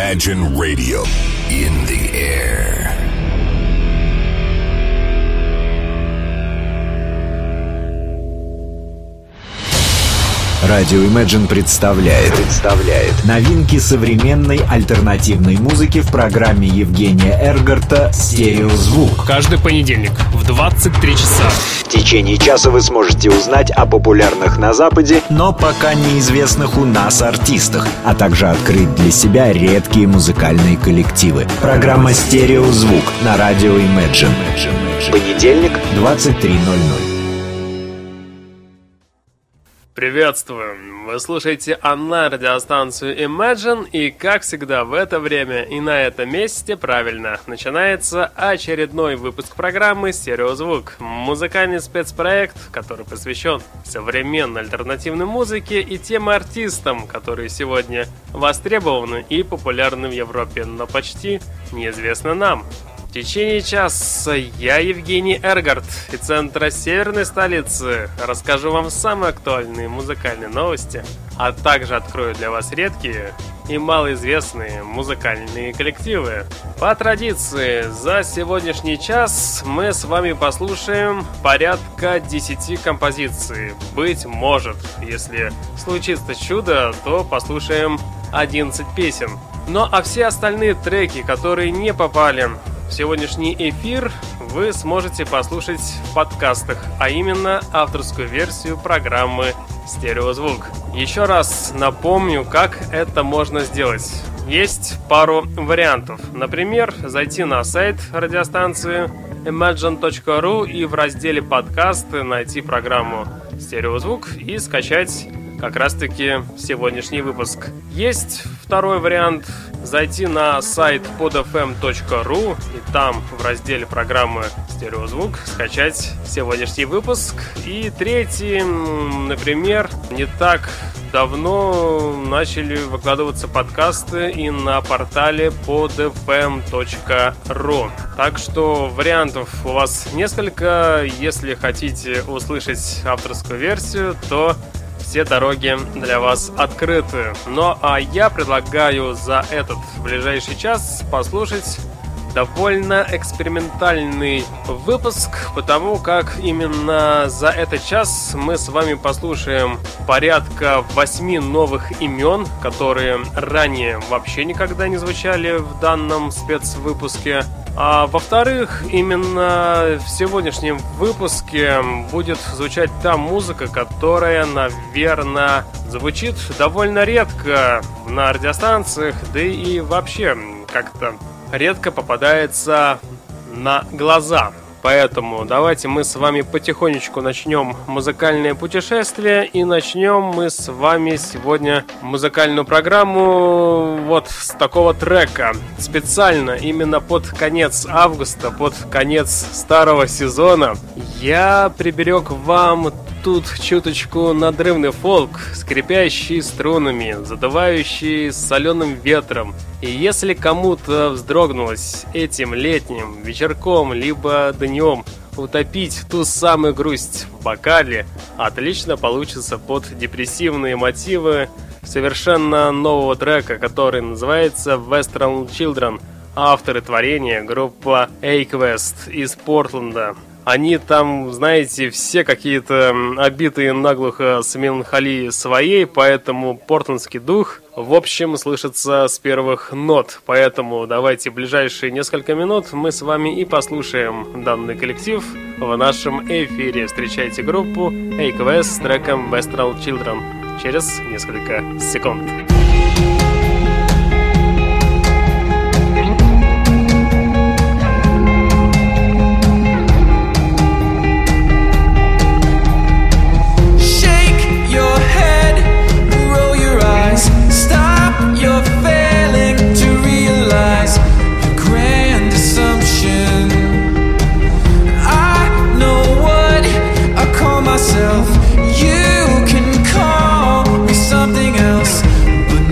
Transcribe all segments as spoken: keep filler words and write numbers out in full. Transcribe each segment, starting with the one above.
Imagine Radio in the air. Радио Imagine представляет, представляет новинки современной альтернативной музыки в программе Евгения Эргарта «Стереозвук». Каждый понедельник в двадцать три часа. В течение часа вы сможете узнать о популярных на Западе, но пока неизвестных у нас артистах, а также открыть для себя редкие музыкальные коллективы. Программа «Стереозвук» на радио Imagine. Понедельник, двадцать три ноль ноль. Приветствую! Вы слушаете онлайн-радиостанцию Imagine, и, как всегда, в это время и на этом месте, правильно, начинается очередной выпуск программы «Стереозвук». Музыкальный спецпроект, который посвящен современной альтернативной музыке и тем артистам, которые сегодня востребованы и популярны в Европе, но почти неизвестны нам. В течение часа я, Евгений Эргарт, из центра северной столицы, расскажу вам самые актуальные музыкальные новости, а также открою для вас редкие и малоизвестные музыкальные коллективы. По традиции, за сегодняшний час мы с вами послушаем порядка десяти композиций. Быть может, если случится чудо, то послушаем одиннадцать песен. Ну а все остальные треки, которые не попали в сегодняшний эфир, вы сможете послушать в подкастах, а именно авторскую версию программы «Стереозвук». Еще раз напомню, как это можно сделать. Есть пару вариантов. Например, зайти на сайт радиостанции imagine точка ру и в разделе «Подкасты» найти программу «Стереозвук» и скачать как раз-таки сегодняшний выпуск. Есть второй вариант — зайти на сайт под эф эм точка ру и там в разделе программы «Стереозвук» скачать сегодняшний выпуск. И третий, например, не так давно начали выкладываться подкасты и на портале под эф эм точка ру. Так что вариантов у вас несколько. Если хотите услышать авторскую версию, то все дороги для вас открыты. Ну а я предлагаю за этот ближайший час послушать довольно экспериментальный выпуск, потому как именно за этот час мы с вами послушаем порядка восьми новых имен, которые ранее вообще никогда не звучали в данном спецвыпуске. А во-вторых, именно в сегодняшнем выпуске будет звучать та музыка, которая, наверное, звучит довольно редко на радиостанциях, да и вообще как-то редко попадается на глаза. Поэтому давайте мы с вами потихонечку начнем музыкальное путешествие. И начнем мы с вами сегодня музыкальную программу вот с такого трека. Специально именно под конец августа, под конец старого сезона я приберег вам тут чуточку надрывный фолк, скрипящий струнами, задувающий соленым ветром. И если кому-то вздрогнулось этим летним вечерком, либо днем утопить ту самую грусть в бокале, отлично получится под депрессивные мотивы совершенно нового трека, который называется Western Children. Авторы творения — группа A-Quest из Портленда. Они там, знаете, все какие-то обитые наглухо с меланхолией своей, поэтому портландский дух, в общем, слышится с первых нот. Поэтому давайте в ближайшие несколько минут мы с вами и послушаем данный коллектив в нашем эфире. Встречайте группу A-Quest с треком Western Children через несколько секунд. You're failing to realize your grand assumption. I know what I call myself. You can call me something else, but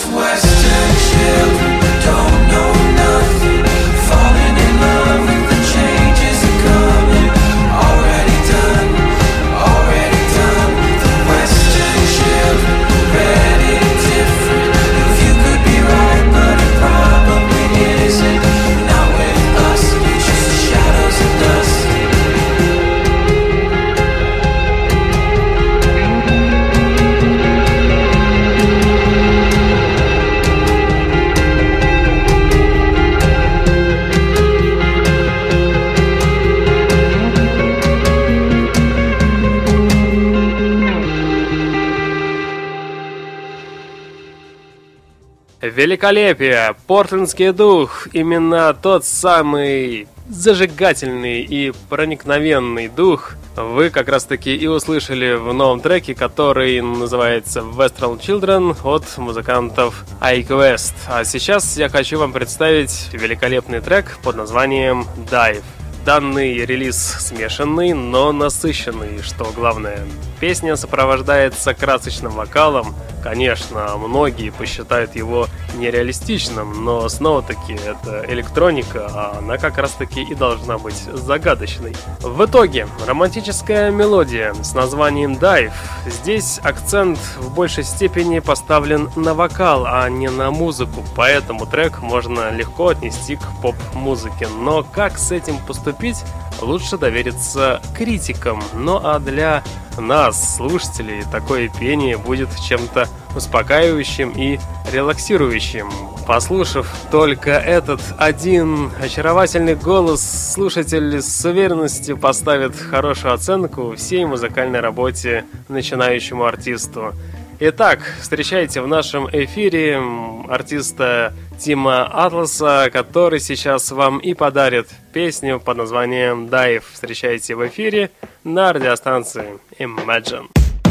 Великолепие, портлендский дух, именно тот самый зажигательный и проникновенный дух вы как раз таки и услышали в новом треке, который называется Wastrel Children от музыкантов iQuest. А сейчас я хочу вам представить великолепный трек под названием Dive. Данный релиз смешанный, но насыщенный, что главное. Песня сопровождается красочным вокалом. Конечно, многие посчитают его нереалистичным, но снова-таки это электроника, а она как раз-таки и должна быть загадочной. В итоге, романтическая мелодия с названием Dive. Здесь акцент в большей степени поставлен на вокал, а не на музыку, поэтому трек можно легко отнести к поп-музыке. Но как с этим поступить? Лучше довериться критикам. Ну а для нас, слушателей, такое пение будет чем-то успокаивающим и релаксирующим. Послушав только этот один очаровательный голос, слушатель с уверенностью поставит хорошую оценку всей музыкальной работе начинающему артисту. Итак, встречайте в нашем эфире артиста Тима Атласа, который сейчас вам и подарит песню под названием Dive. Встречайте в эфире на радиостанции Imagine.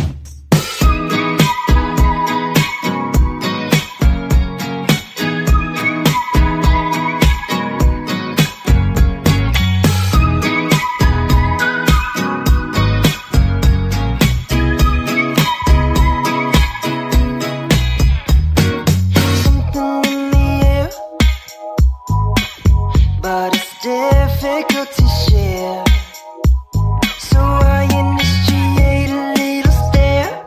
Difficult to share, so I initiate a little stare,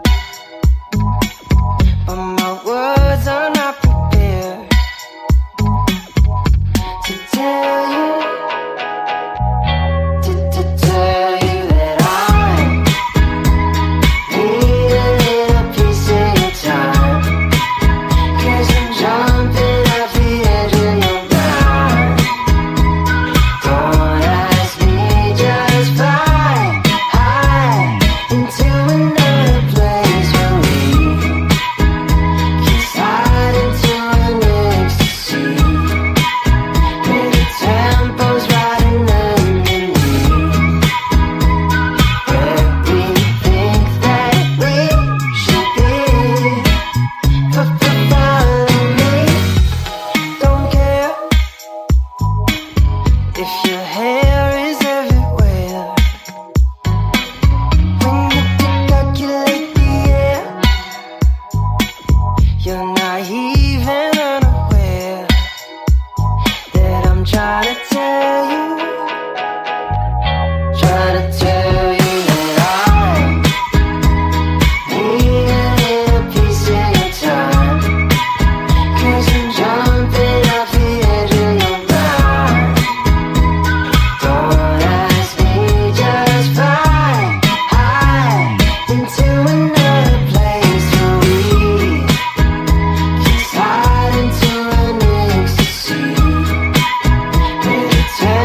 but my words are not prepared to tell you, to, to tell you that I need a little piece of your time, 'cause I'm jumping off the edge of your mind. Don't ask me, just fly high into another place where we can slide into an ecstasy, where the tempo's riding underneath, where we think that we should be. But follow me, don't care if your hair is everywhere. When you calculate the air, you're naive and unaware that I'm trying to tell you, trying to tell you that I need a little piece of your time, 'cause I'm jumping off the edge of your mind. Don't ask me, just fly high into another place where we can slide into an ecstasy, where the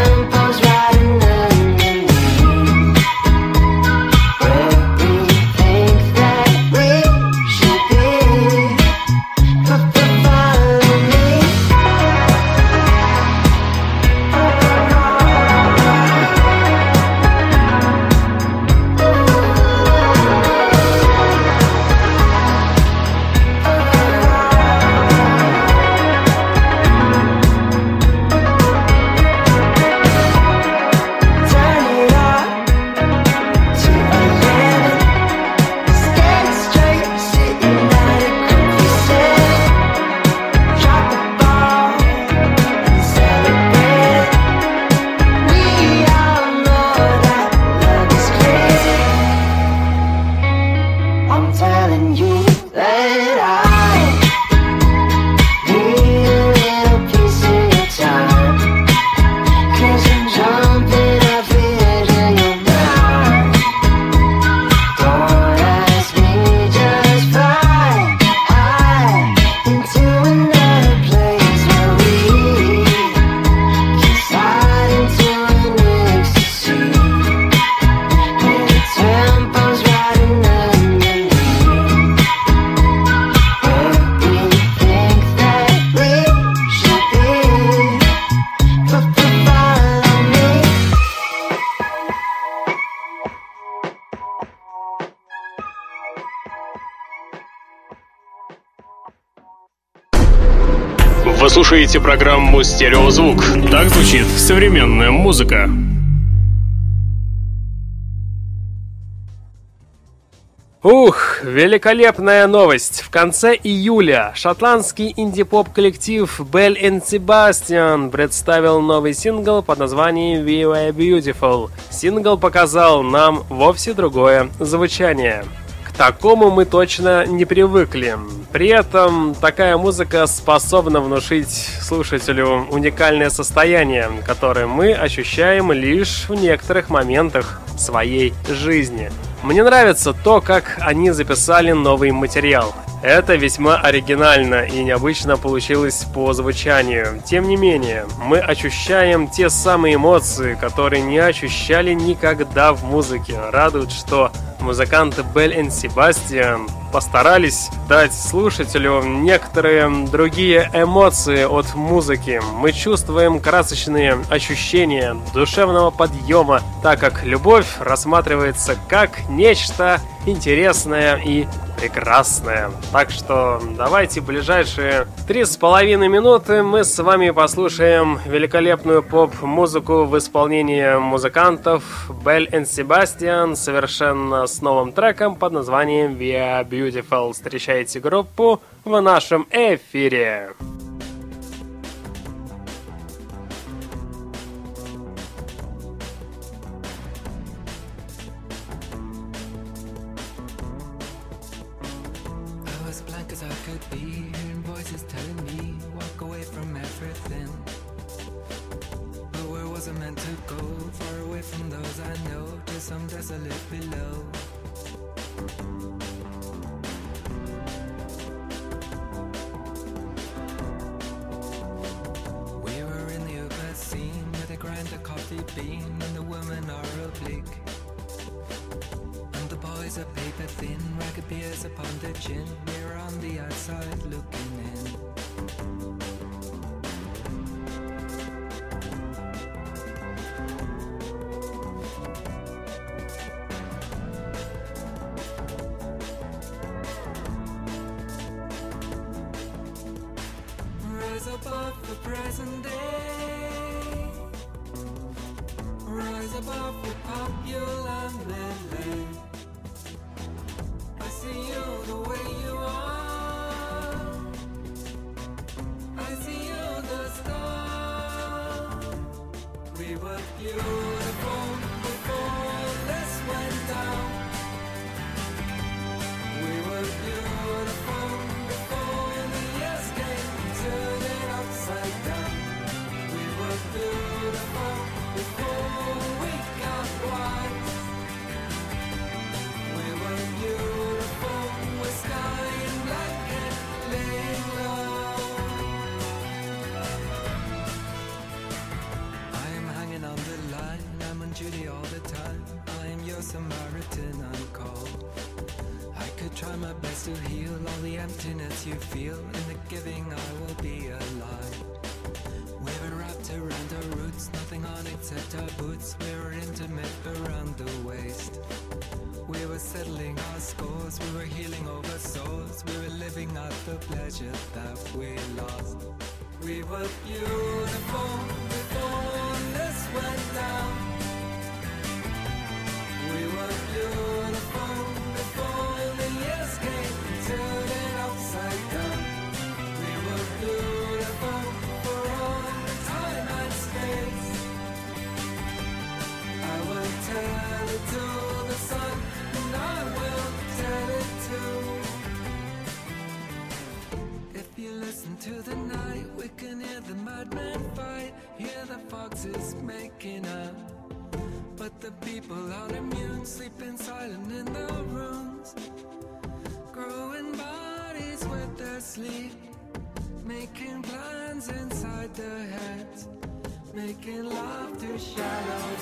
Вы слушаете программу «Стереозвук». Так звучит современная музыка. Ух, великолепная новость! В конце июля шотландский инди-поп-коллектив Belle and Sebastian представил новый сингл под названием We Were Beautiful. Сингл показал нам вовсе другое звучание. К такому мы точно не привыкли. При этом такая музыка способна внушить слушателю уникальное состояние, которое мы ощущаем лишь в некоторых моментах своей жизни. Мне нравится то, как они записали новый материал. Это весьма оригинально и необычно получилось по звучанию. Тем не менее, мы ощущаем те самые эмоции, которые не ощущали никогда в музыке. Радует, что музыканты Belle and Sebastian постарались дать слушателю некоторые другие эмоции от музыки. Мы чувствуем красочные ощущения душевного подъема, так как любовь рассматривается как нечто интересное и прекрасное. Так что давайте ближайшие три с половиной минуты мы с вами послушаем великолепную поп-музыку в исполнении музыкантов Belle and Sebastian совершенно с новым треком под названием We Are Beautiful. Встречайте группу в нашем эфире. Some desolate below. We were in the upper scene with a grinder coffee bean and the women are oblique. And the boys are paper thin, ragged beers upon their chin. We're on the outside looking in. Above the present day, rise above the popular medley. I see you the way you are, I see you the star. We were beautiful before this went down. We were beautiful before the years came to upside down. We were beautiful before we got wise. We were beautiful with sky in black and laying low. I am hanging on the line, I'm on duty all the time. I am your Samaritan on call. I could try my best to heal all the emptiness you feel. In the giving I will be alive. We were wrapped around our roots, nothing on except our boots. We were intimate around the waist. We were settling our scores, we were healing over sores. We were living out the pleasure that we lost. We were beautiful before this went down. We were beautiful before the years came and turned it upside down. We were beautiful for all time and space. I will tell it to the sun, and I will tell it too. If you listen to the night, we can hear the madmen fight, hear the foxes making up. But the people are immune, sleeping silent in their rooms, growing bodies with their sleep, making plans inside their heads, making love to shadows.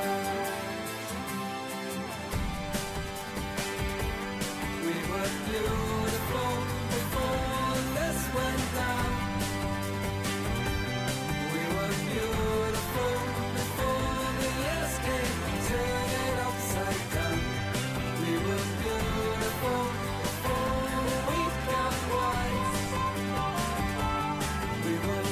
We were beautiful before this went down. We were beautiful before the years came and turned it upside down. We were beautiful before we got wise. We were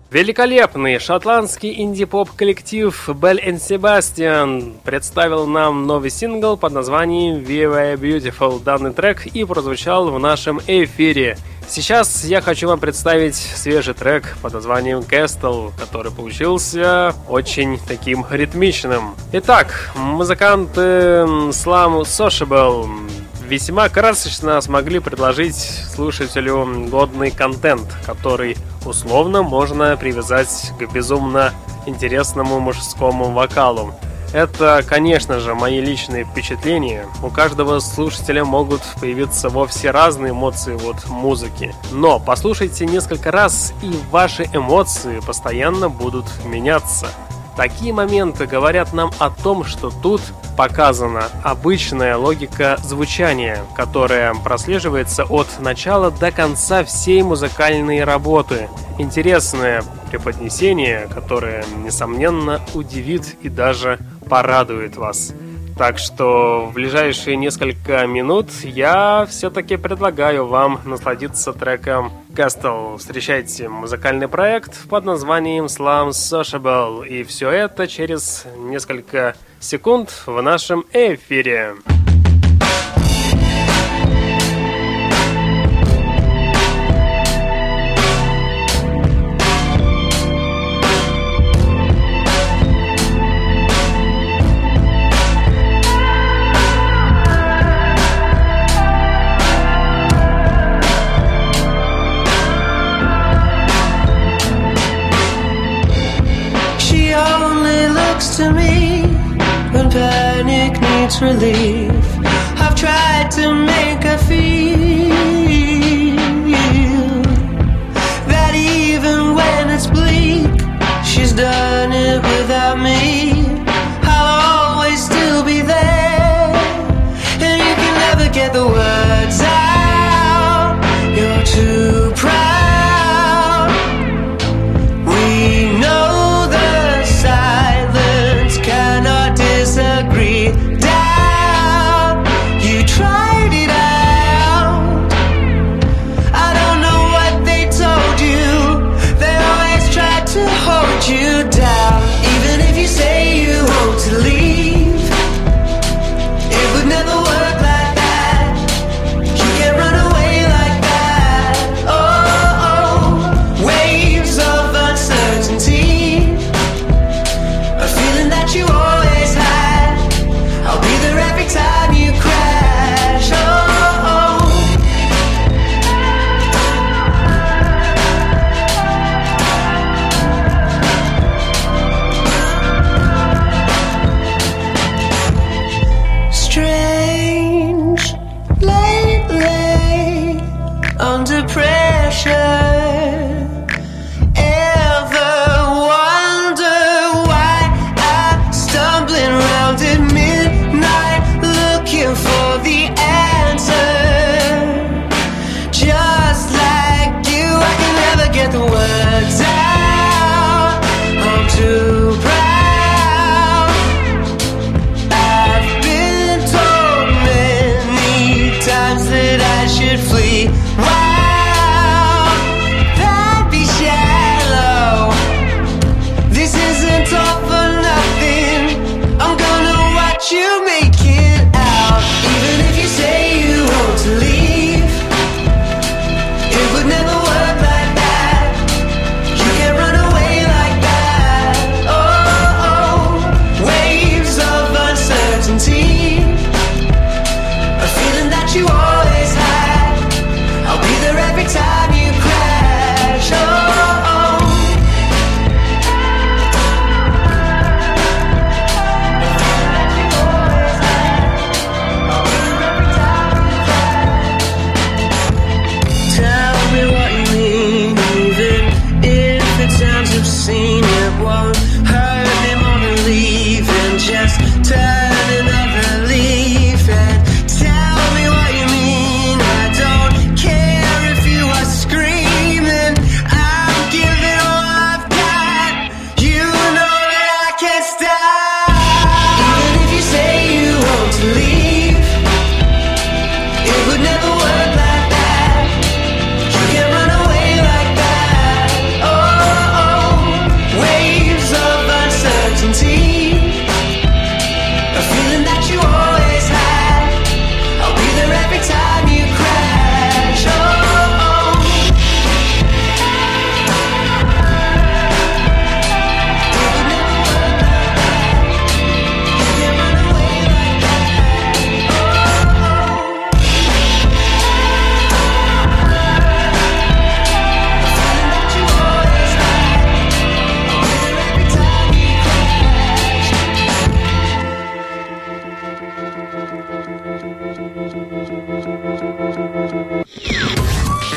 Великолепный шотландский инди-поп-коллектив Belle and Sebastian представил нам новый сингл под названием Viva Beautiful. Данный трек и прозвучал в нашем эфире. Сейчас я хочу вам представить свежий трек под названием Castle, который получился очень таким ритмичным. Итак, музыканты Slam Sociable весьма красочно смогли предложить слушателю годный контент, который условно можно привязать к безумно интересному мужскому вокалу. Это, конечно же, мои личные впечатления. У каждого слушателя могут появиться вовсе разные эмоции от музыки. Но послушайте несколько раз, и ваши эмоции постоянно будут меняться. Такие моменты говорят нам о том, что тут показана обычная логика звучания, которая прослеживается от начала до конца всей музыкальной работы. Интересное преподнесение, которое, несомненно, удивит и даже порадует вас. Так что в ближайшие несколько минут я все-таки предлагаю вам насладиться треком Castle. Встречайте музыкальный проект под названием Slam Sociable. И все это через несколько секунд в нашем эфире. To me when panic needs relief, I've tried to make her feel that even when it's bleak, she's done it without me. I'll always still be there, and you can never get the words out. You're too proud. We know the silence cannot disagree. Doubt, you tried it out. I don't know what they told you. They always tried to hold you down. Even if you say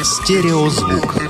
Стереозвук.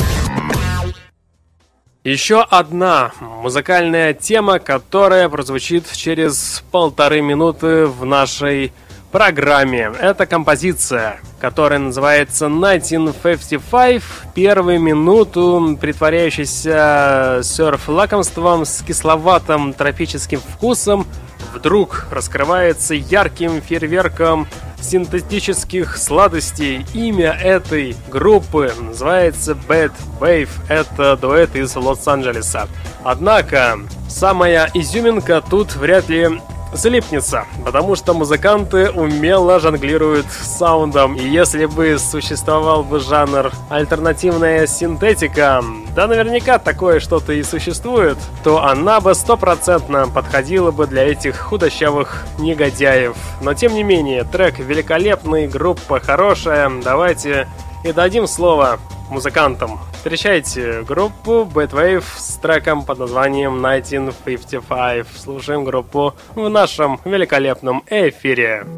Еще одна музыкальная тема, которая прозвучит через полторы минуты в нашей программе. Это композиция, которая называется тысяча девятьсот пятьдесят пять. Первую минуту притворяющийся серф-лакомством с кисловатым тропическим вкусом вдруг раскрывается ярким фейерверком синтетических сладостей. Имя этой группы называется Bad Wave. Это дуэт из Лос-Анджелеса. Однако самая изюминка тут вряд ли залипнется, потому что музыканты умело жонглируют саундом. И если бы существовал бы жанр альтернативная синтетика, да наверняка такое что-то и существует, то она бы стопроцентно подходила бы для этих худощавых негодяев. Но тем не менее, трек великолепный, группа хорошая. Давайте и дадим слово музыкантам. Встречайте группу Bad Wave с треком под названием тысяча девятьсот пятьдесят пять. Слушаем группу в нашем великолепном эфире.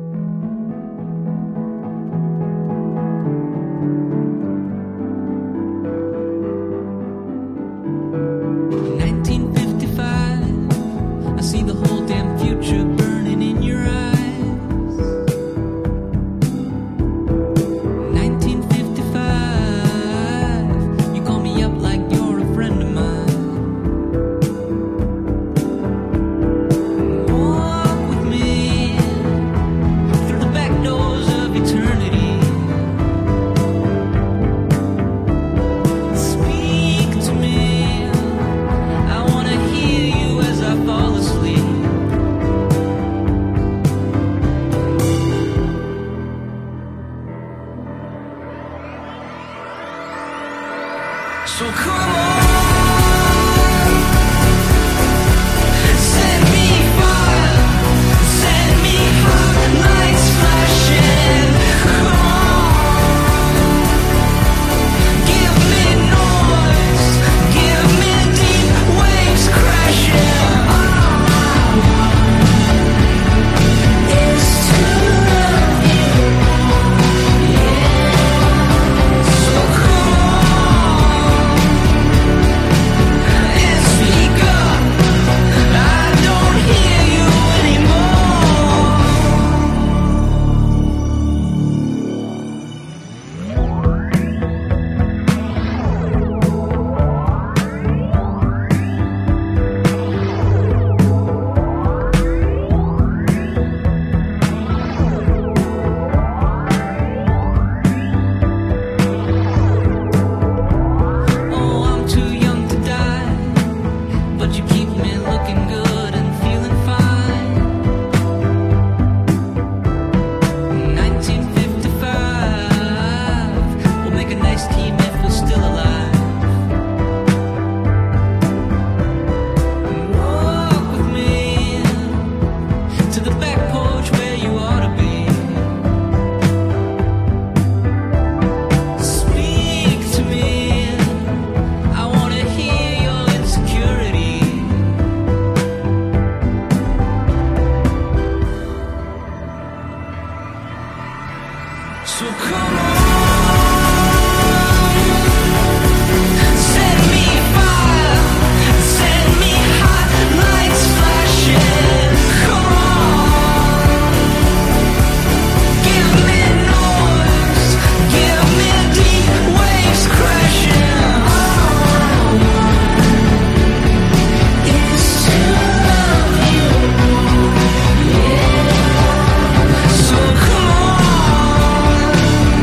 So come on.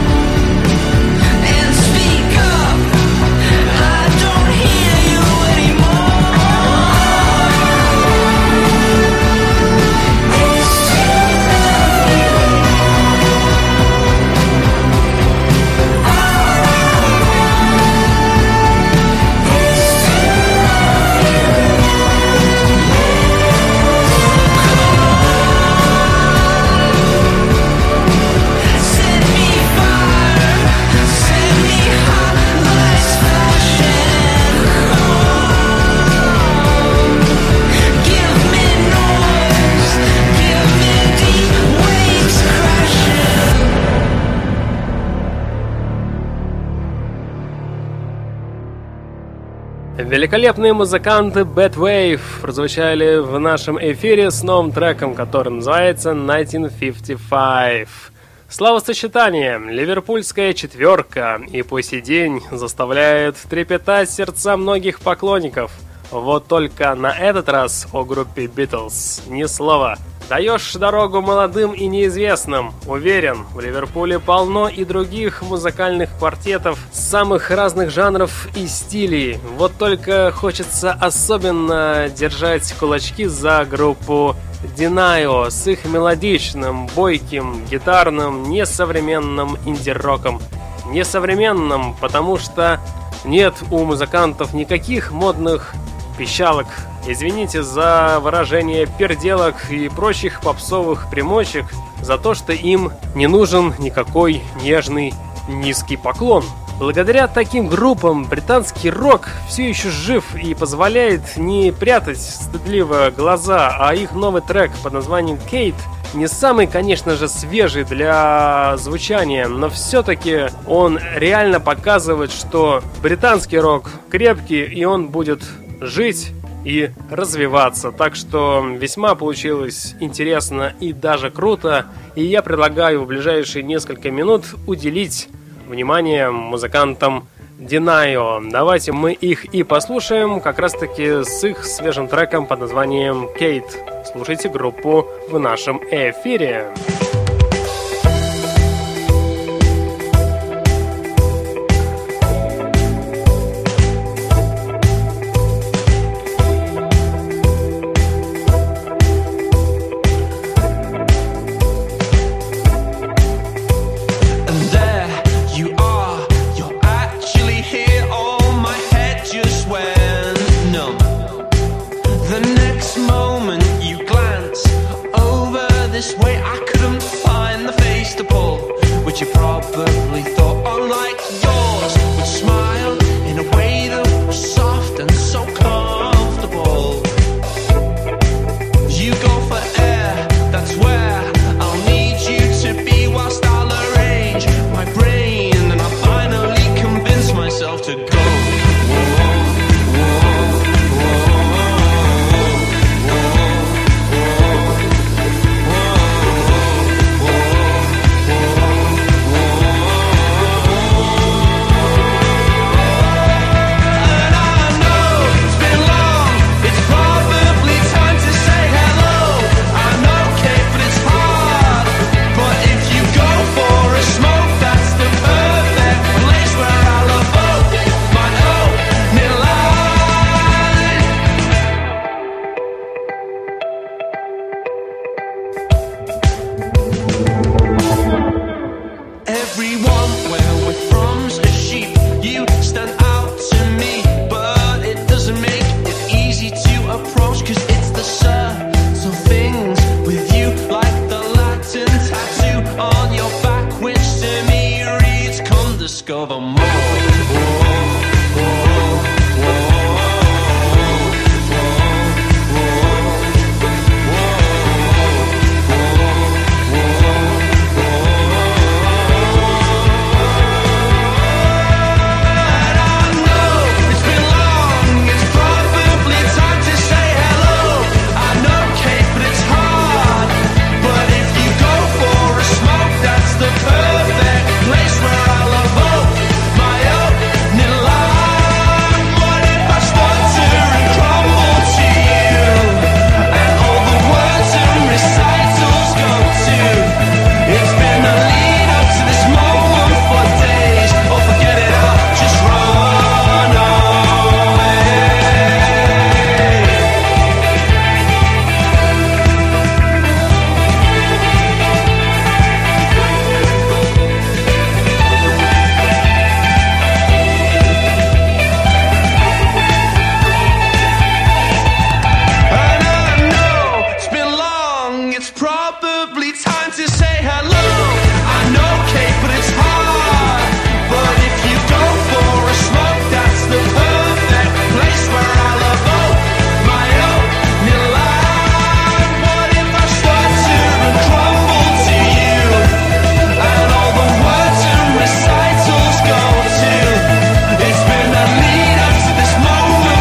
Великолепные музыканты Bad Wave прозвучали в нашем эфире с новым треком, который называется тысяча девятьсот пятьдесят пять. Словосочетание «Ливерпульская четверка» и по сей день заставляет трепетать сердца многих поклонников. Вот только на этот раз о группе Beatles ни слова. Даешь дорогу молодым и неизвестным. Уверен, в Ливерпуле полно и других музыкальных квартетов самых разных жанров и стилей. Вот только хочется особенно держать кулачки за группу Denial с их мелодичным, бойким, гитарным, несовременным инди-роком. Несовременным, потому что нет у музыкантов никаких модных пищалок. Извините за выражение перделок и прочих попсовых примочек, за то, что им не нужен никакой нежный низкий поклон. Благодаря таким группам британский рок все еще жив и позволяет не прятать стыдливо глаза, а их новый трек под названием «Кейт» не самый, конечно же, свежий для звучания, но все-таки он реально показывает, что британский рок крепкий и он будет жить и развиваться. Так что весьма получилось интересно и даже круто. И я предлагаю в ближайшие несколько минут уделить внимание музыкантам Denial. Давайте мы их и послушаем как раз таки с их свежим треком под названием Kate. Слушайте группу в нашем эфире. It's been a lead up to this moment.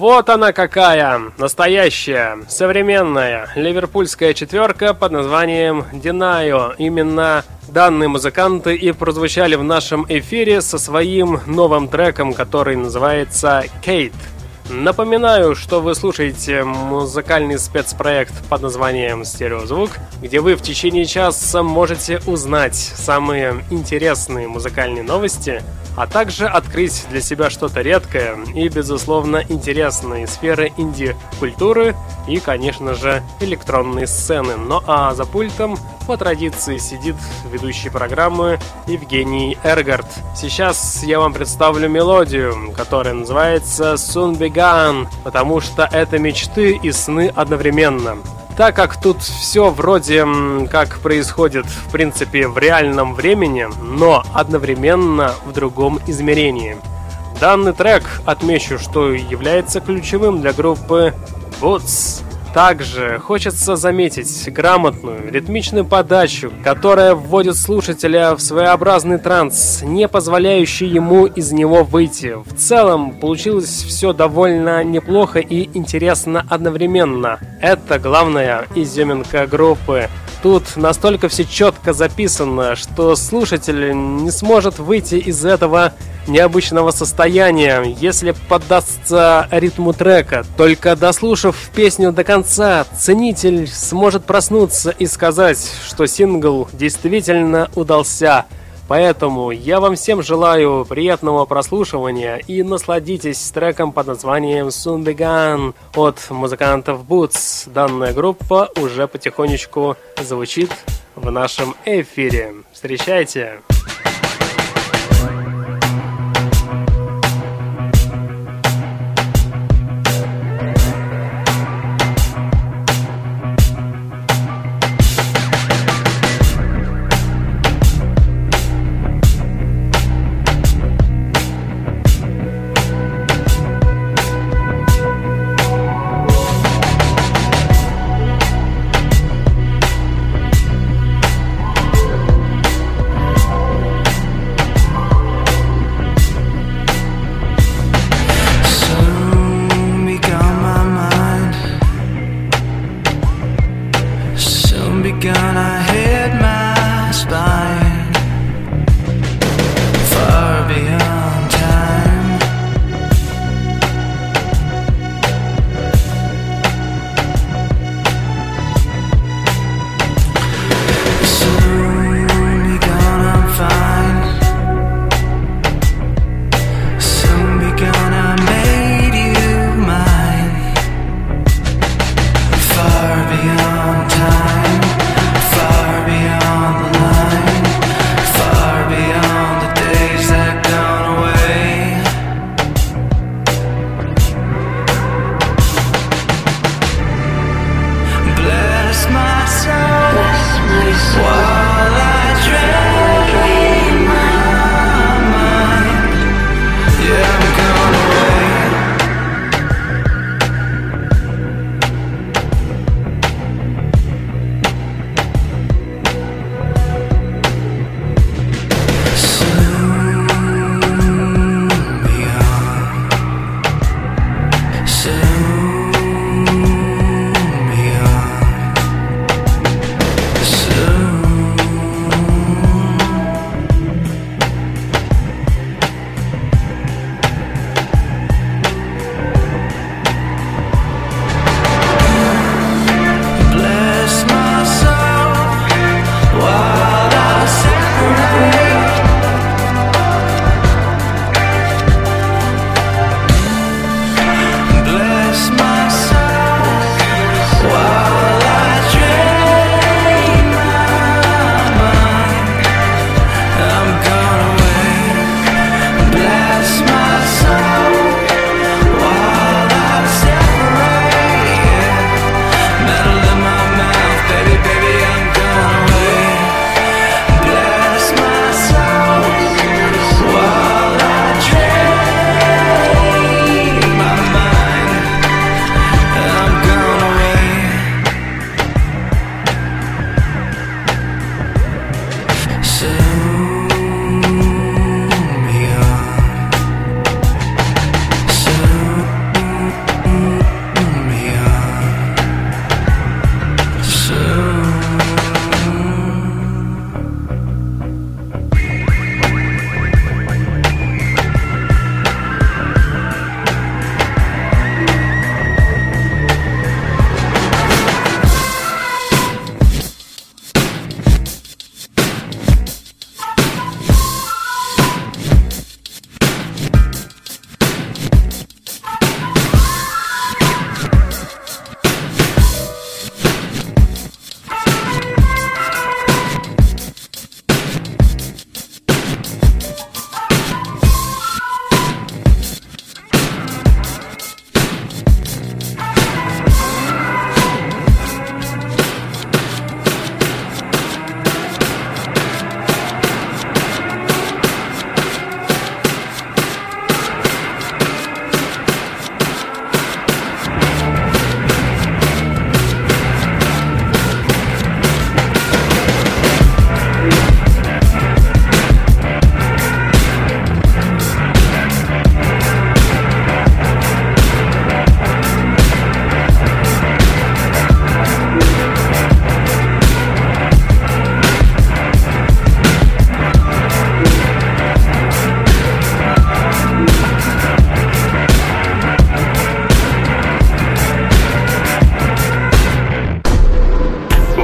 Вот она какая, настоящая, современная ливерпульская четверка под названием Denial. Именно данные музыканты и прозвучали в нашем эфире со своим новым треком, который называется «Kate». Напоминаю, что вы слушаете музыкальный спецпроект под названием «Стереозвук», где вы в течение часа можете узнать самые интересные музыкальные новости, а также открыть для себя что-то редкое и, безусловно, интересные сферы инди-культуры и, конечно же, электронные сцены. Ну а за пультом, по традиции, сидит ведущий программы Евгений Эргард. Сейчас я вам представлю мелодию, которая называется «Soon Begun», потому что это мечты и сны одновременно. Так как тут все вроде как происходит, в принципе, в реальном времени, но одновременно в другом измерении. Данный трек, отмечу, что является ключевым для группы Boots. Также хочется заметить грамотную, ритмичную подачу, которая вводит слушателя в своеобразный транс, не позволяющий ему из него выйти. В целом, получилось все довольно неплохо и интересно одновременно. Это главная изюминка группы. Тут настолько все четко записано, что слушатель не сможет выйти из этого необычного состояния, если поддастся ритму трека. Только дослушав песню до конца, ценитель сможет проснуться и сказать, что сингл действительно удался. Поэтому я вам всем желаю приятного прослушивания и насладитесь треком под названием Soon Begun от музыкантов Boots. Данная группа уже потихонечку звучит в нашем эфире. Встречайте! Soon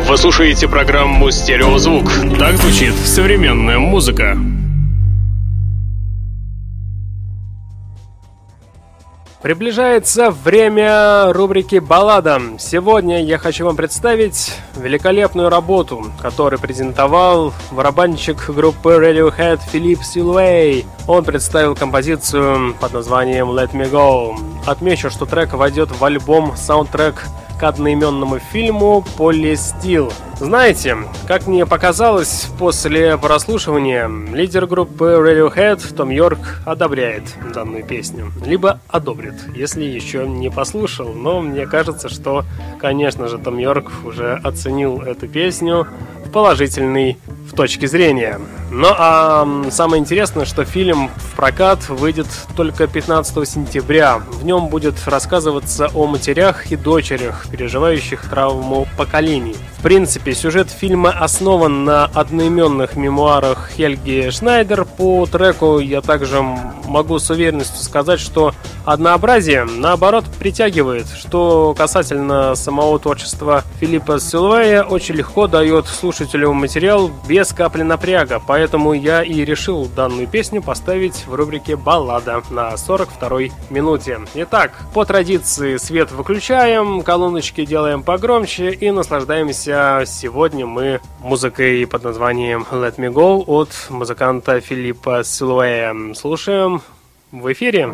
Вы слушаете программу «Стереозвук». Так звучит современная музыка. Приближается время рубрики «Баллада». Сегодня я хочу вам представить великолепную работу, которую презентовал барабанщик группы Radiohead Филипп Силвей. Он представил композицию под названием «Let Me Go». Отмечу, что трек войдет в альбом-саундтрек к одноименному фильму «Полли Стил». Знаете, как мне показалось, после прослушивания лидер группы Radiohead Том Йорк одобряет данную песню. Либо одобрит, если еще не послушал. Но мне кажется, что, конечно же, Том Йорк уже оценил эту песню в положительной в точке зрения. Ну а самое интересное, что фильм в прокат выйдет только пятнадцатого сентября. В нем будет рассказываться о матерях и дочерях, переживающих травму поколений. В принципе, сюжет фильма основан на одноименных мемуарах Хельги Шнайдер. По треку я также могу с уверенностью сказать, что однообразие, наоборот, притягивает. Что касательно самого творчества Филиппа Силвея, очень легко дает слушателю материал без капли напряга. Поэтому я и решил данную песню поставить в рубрике «Баллада» на сорок второй минуте. Итак, по традиции свет выключаем, колоночки делаем погромче и наслаждаемся сегодня мы музыкой под названием «Let Me Go» от музыканта Филиппа Силвея. Слушаем в эфире.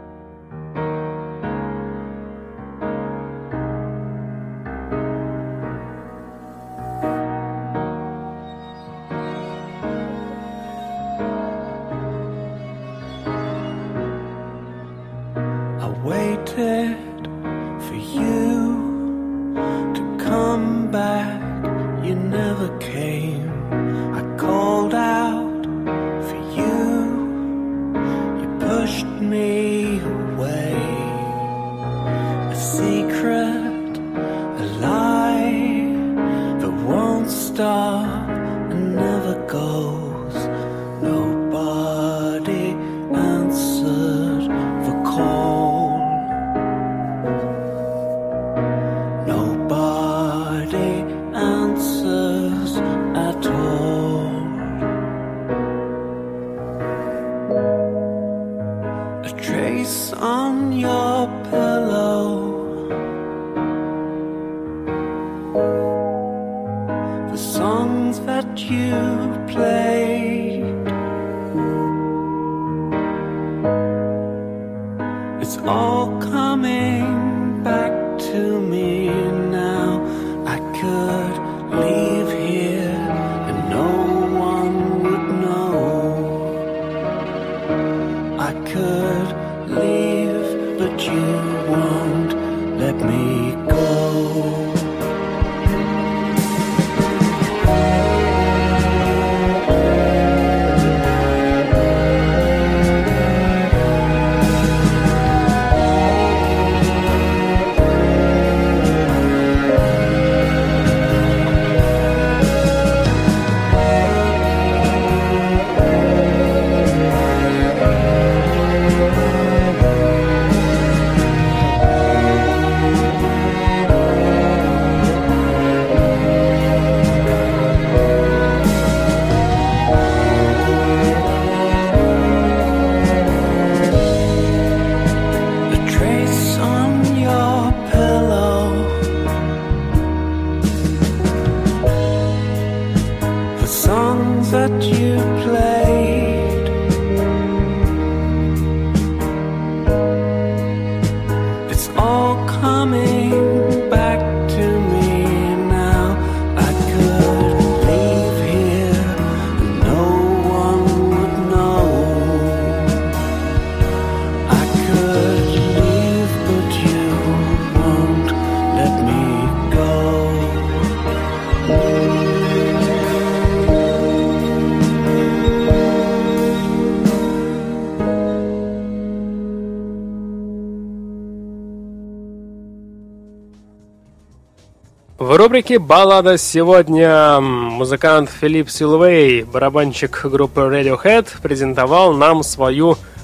В рубрике «Баллада» сегодня музыкант Филипп Силвей, барабанщик группы Radiohead, презентовал нам свою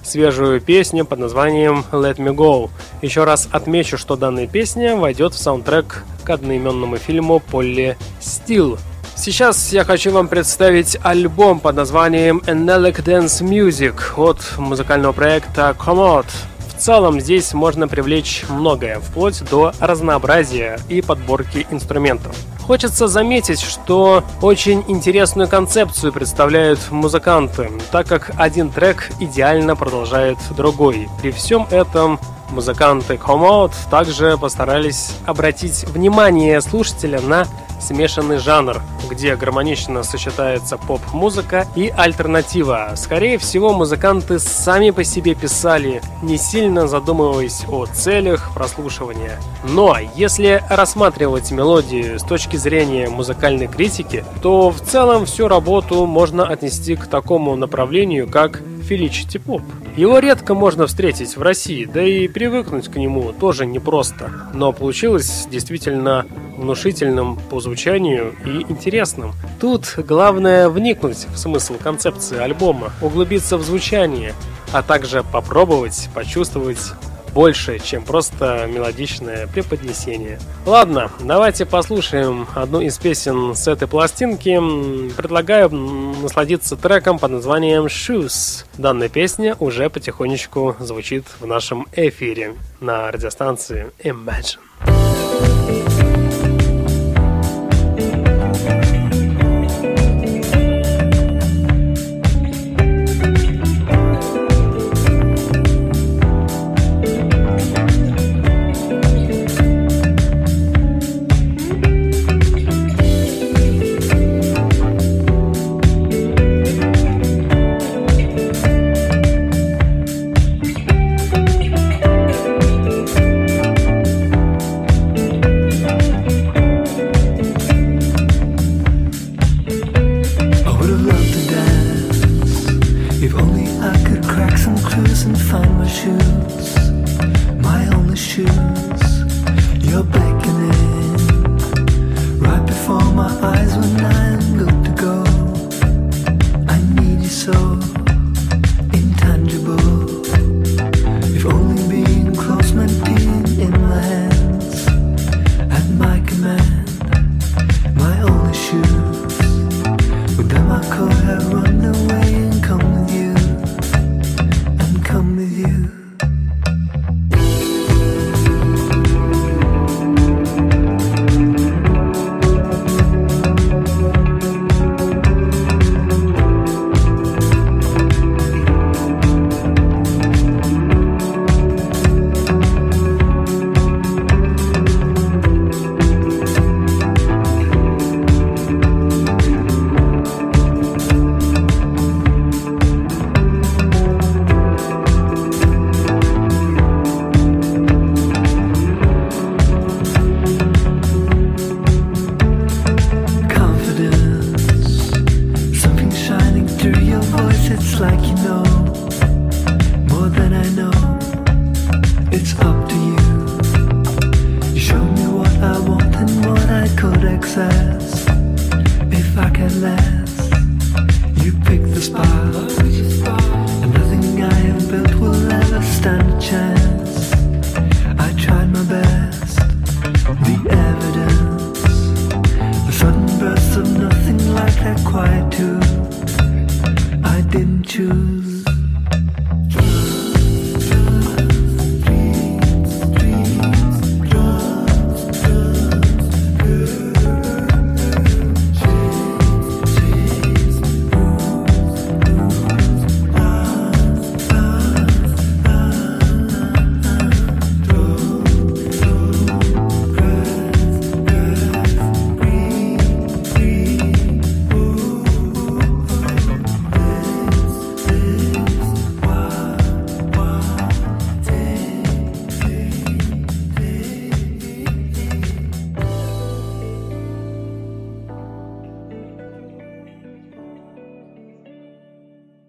свежую песню под названием Let Me Go. Еще раз отмечу, что данная песня войдет в саундтрек к одноименному фильму Полли Стил. Сейчас я хочу вам представить альбом под названием Enelic Dance Music от музыкального проекта Commode. В целом здесь можно привлечь многое, вплоть до разнообразия и подборки инструментов. Хочется заметить, что очень интересную концепцию представляют музыканты, так как один трек идеально продолжает другой. При всем этом музыканты Commode также постарались обратить внимание слушателя на смешанный жанр, где гармонично сочетается поп-музыка и альтернатива. Скорее всего, музыканты сами по себе писали, не сильно задумываясь о целях прослушивания. Но если рассматривать мелодию с точки зрения музыкальной критики, то в целом всю работу можно отнести к такому направлению, как Felicity Pop. Его редко можно встретить в России, да и привыкнуть к нему тоже непросто. Но получилось действительно внушительным по звучанию и интересным. Тут главное вникнуть в смысл концепции альбома, углубиться в звучание, а также попробовать почувствовать больше, чем просто мелодичное преподнесение. Ладно, давайте послушаем одну из песен с этой пластинки. Предлагаю насладиться треком под названием Shoes. Данная песня уже потихонечку звучит в нашем эфире на радиостанции Imagine.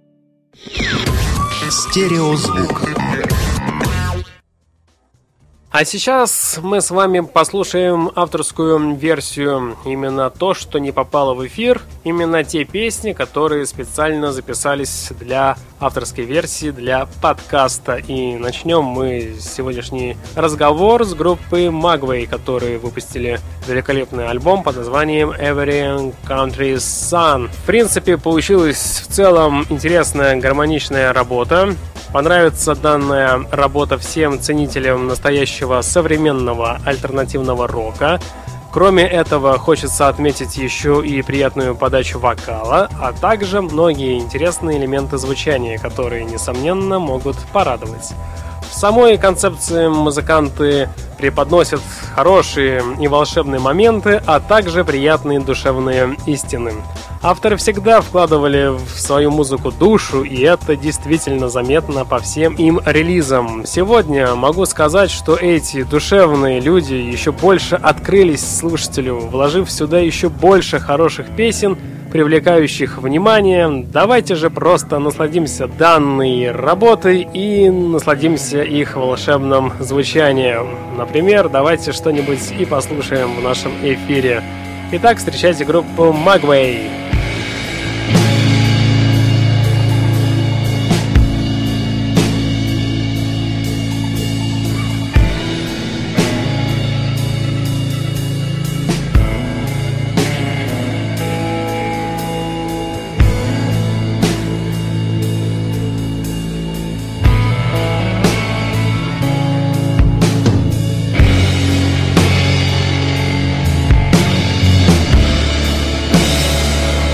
Стереозвук. А сейчас мы с вами послушаем авторскую версию, именно то, что не попало в эфир, именно те песни, которые специально записались для авторской версии, для подкаста. И начнем мы сегодняшний разговор с группой Magway, которые выпустили великолепный альбом под названием Every Country's Sun. В принципе, получилась в целом интересная гармоничная работа. Понравится данная работа всем ценителям настоящего современного альтернативного рока. Кроме этого, хочется отметить еще и приятную подачу вокала, а также многие интересные элементы звучания, которые, несомненно, могут порадовать. В самой концепции музыканты преподносят хорошие и волшебные моменты, а также приятные душевные истины. Авторы всегда вкладывали в свою музыку душу, и это действительно заметно по всем им релизам. Сегодня могу сказать, что эти душевные люди еще больше открылись слушателю, вложив сюда еще больше хороших песен, привлекающих внимание. Давайте же просто насладимся данной работой и насладимся их волшебным звучанием. Например, давайте что-нибудь и послушаем в нашем эфире. Итак, встречайте группу Magway. Every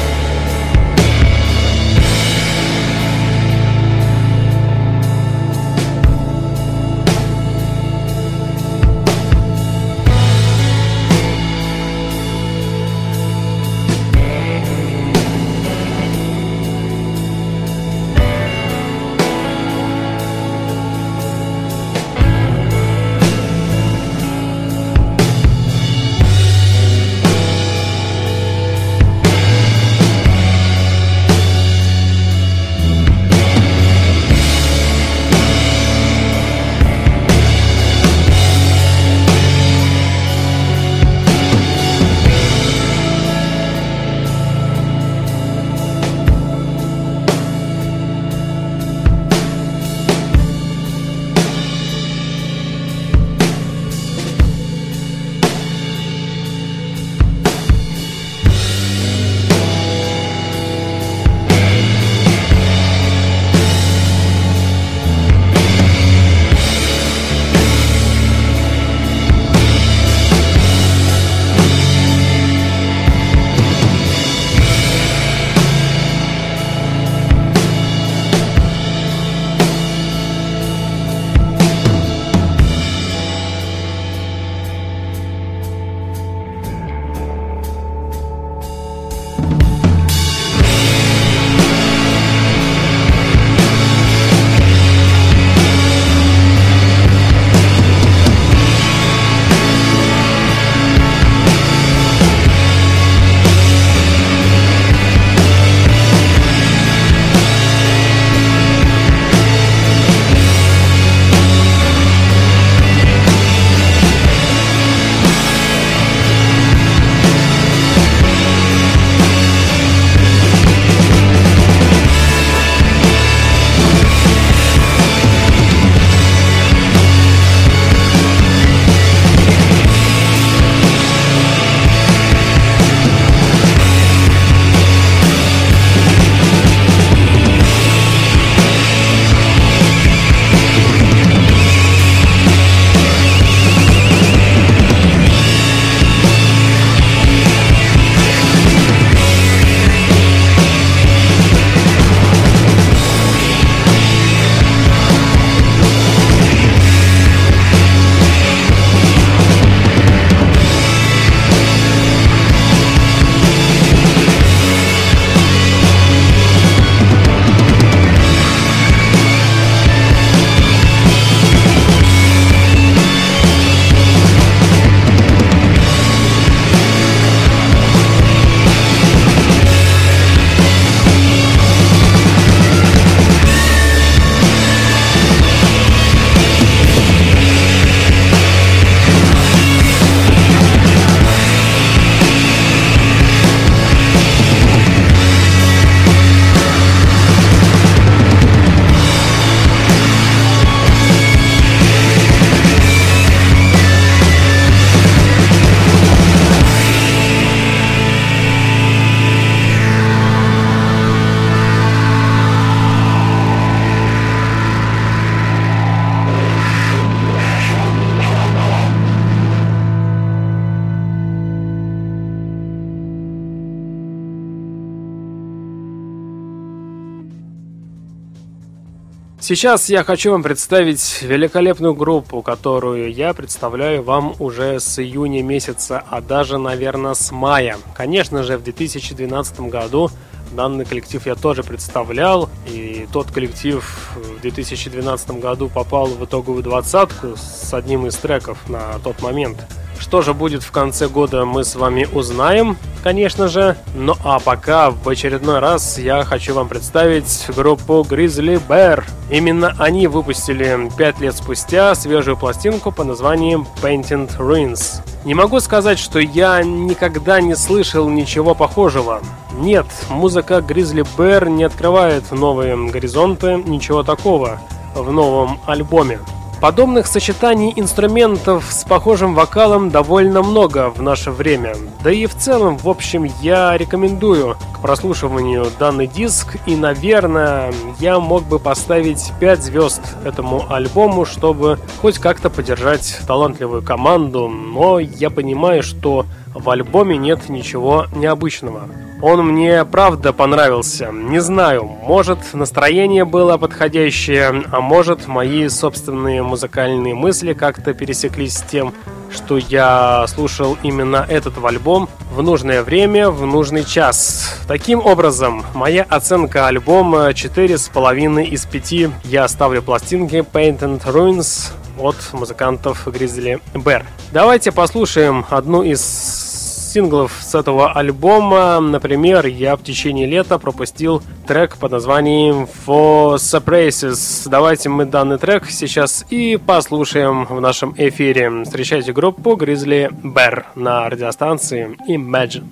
Сейчас я хочу вам представить великолепную группу, которую я представляю вам уже с июня месяца, а даже, наверное, с мая. Конечно же, в две тысячи двенадцатом году данный коллектив я тоже представлял, и тот коллектив в две тысячи двенадцатом году попал в итоговую двадцатку с одним из треков на тот момент. Что же будет в конце года, мы с вами узнаем, конечно же. Ну а пока в очередной раз я хочу вам представить группу Grizzly Bear. Именно они выпустили пять лет спустя свежую пластинку под названием Painted Ruins. Не могу сказать, что я никогда не слышал ничего похожего. Нет, музыка Grizzly Bear не открывает новые горизонты, ничего такого в новом альбоме. Подобных сочетаний инструментов с похожим вокалом довольно много в наше время. Да и в целом, в общем, я рекомендую к прослушиванию данный диск. И, наверное, я мог бы поставить пять звезд этому альбому, чтобы хоть как-то поддержать талантливую команду. Но я понимаю, что в альбоме нет ничего необычного. Он мне правда понравился. Не знаю, может, настроение было подходящее, а может, мои собственные музыкальные мысли как-то пересеклись с тем, что я слушал именно этот альбом в нужное время, в нужный час. Таким образом, моя оценка альбома четыре с половиной из пяти. Я ставлю пластинке Painted Ruins от музыкантов Grizzly Bear. Давайте послушаем одну из синглов с этого альбома. Например, я в течение лета пропустил трек под названием For Surprises. Давайте мы данный трек сейчас и послушаем в нашем эфире. Встречайте группу Grizzly Bear на радиостанции Imagine.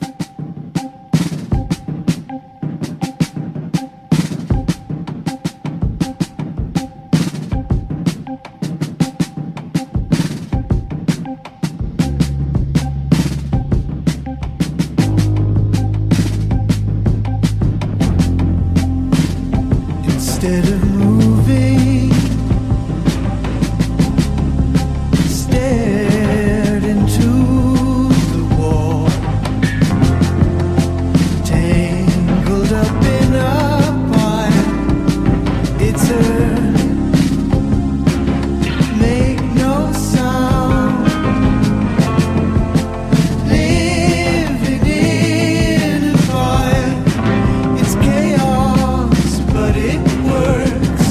Instead of moving, stared into the wall, tangled up in a pile. It's her, make no sound, living in a fire. It's chaos, but it works.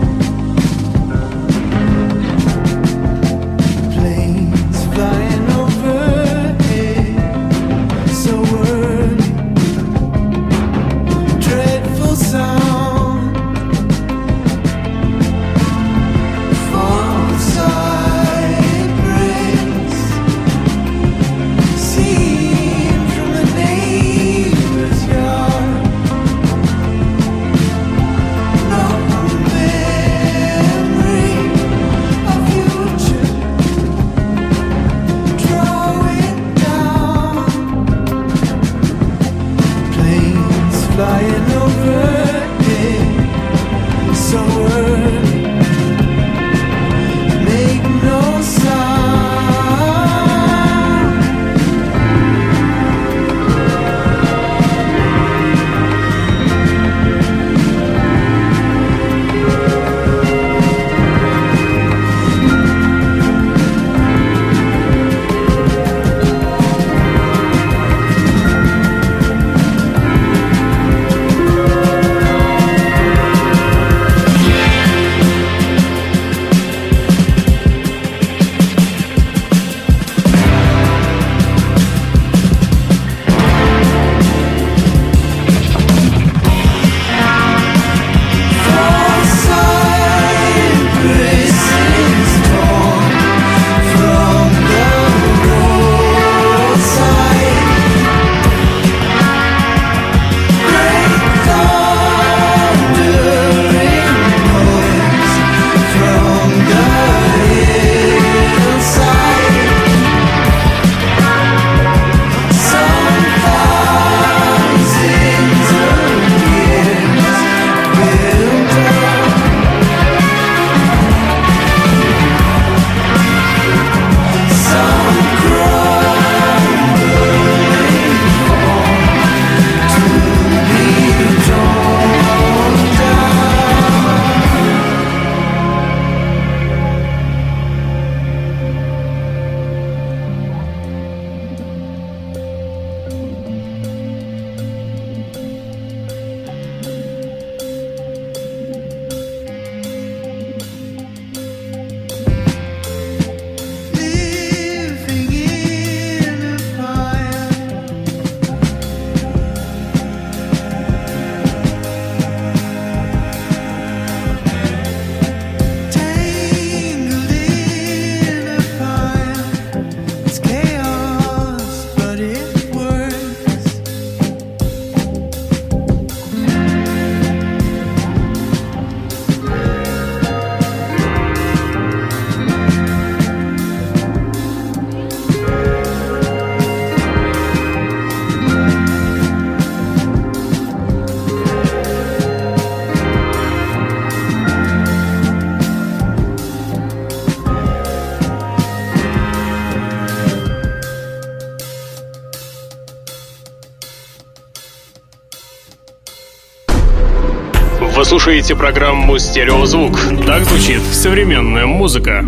Planes flying overhead, so early. Dreadful sound, false cypress, seen from the neighbor's yard. No memory of future. Draw it down. Planes flying overhead, so early. Make no sound. Вы слушаете программу «Стереозвук». Так звучит современная музыка.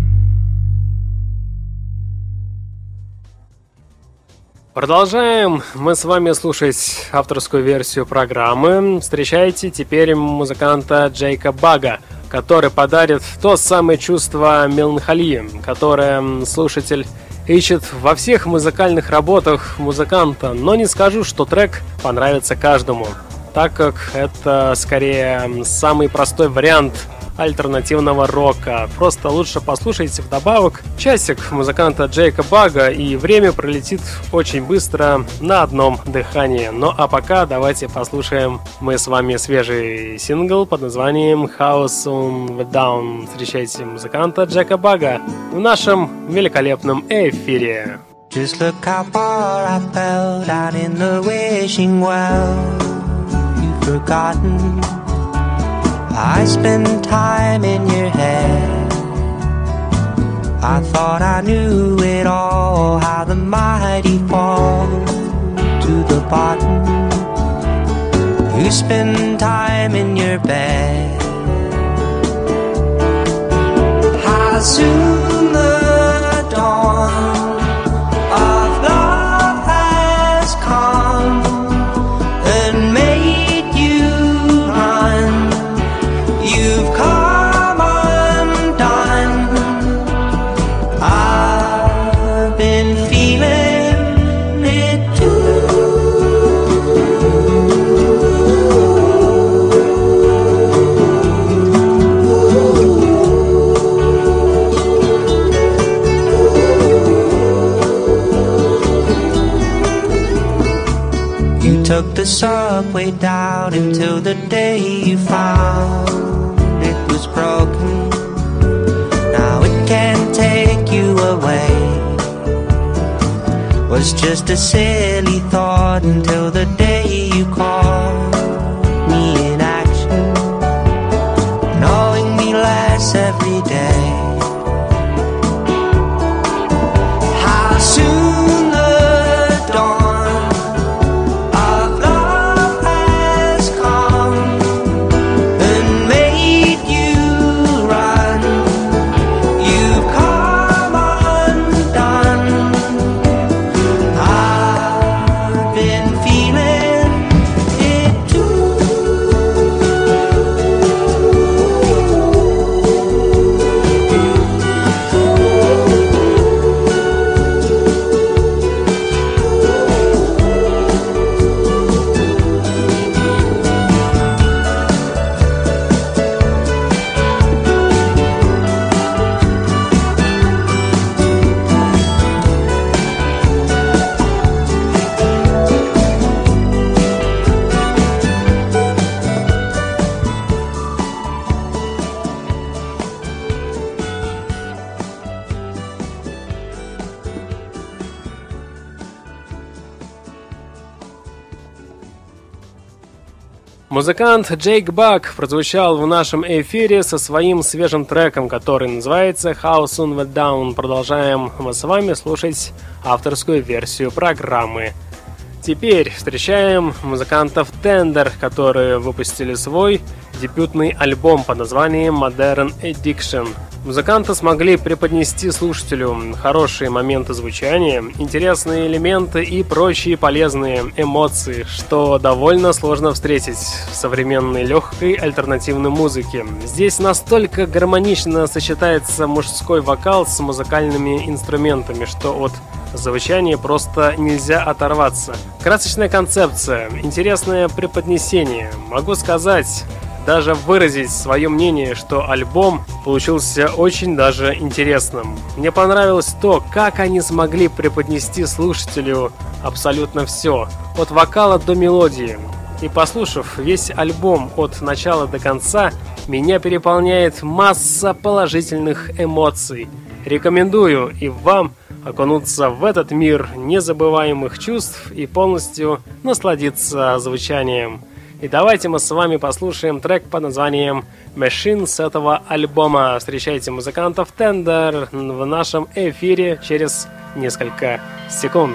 Продолжаем мы с вами слушать авторскую версию программы. Встречайте теперь музыканта Джейка Бага, который подарит то самое чувство меланхолии, которое слушатель ищет во всех музыкальных работах музыканта. Но не скажу, что трек понравится каждому, так как это скорее самый простой вариант альтернативного рока. Просто лучше послушайте вдобавок часик музыканта Джейка Бага, и время пролетит очень быстро на одном дыхании. Ну а пока давайте послушаем мы с вами свежий сингл под названием How Soon We're Down. Встречайте музыканта Джейка Бага в нашем великолепном эфире. Just look how far I fell down in the wishing well. You've forgotten I spent time in your head. I thought I knew it all, how the mighty fall to the bottom. You spend time in your bed. How soon the dawn of love has come and made you run. You've come undone. I've been feeling it too. You took the subway down until the day you found broken. Now it can't take you away. Was just a silly thought until the day you called me in action, knowing me less every day. How soon the dawn of love has come and made you run. You've come undone. I've been feeling it too. Музыкант Джейк Баг прозвучал в нашем эфире со своим свежим треком, который называется How Soon We're Down. Продолжаем мы с вами слушать авторскую версию программы. Теперь встречаем музыкантов Tender, которые выпустили свой дебютный альбом под названием Modern Addiction. Музыканты смогли преподнести слушателю хорошие моменты звучания, интересные элементы и прочие полезные эмоции, что довольно сложно встретить в современной легкой альтернативной музыке. Здесь настолько гармонично сочетается мужской вокал с музыкальными инструментами, что от звучания просто нельзя оторваться. Красочная концепция, интересное преподнесение. Могу сказать, даже выразить свое мнение, что альбом получился очень даже интересным. Мне понравилось то, как они смогли преподнести слушателю абсолютно все, от вокала до мелодии. И послушав весь альбом от начала до конца, меня переполняет масса положительных эмоций. Рекомендую и вам окунуться в этот мир незабываемых чувств и полностью насладиться звучанием. И давайте мы с вами послушаем трек под названием Machine с этого альбома. Встречайте музыкантов Tender в нашем эфире через несколько секунд.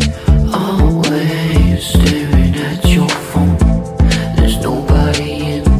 Always staring at your phone. There's nobody in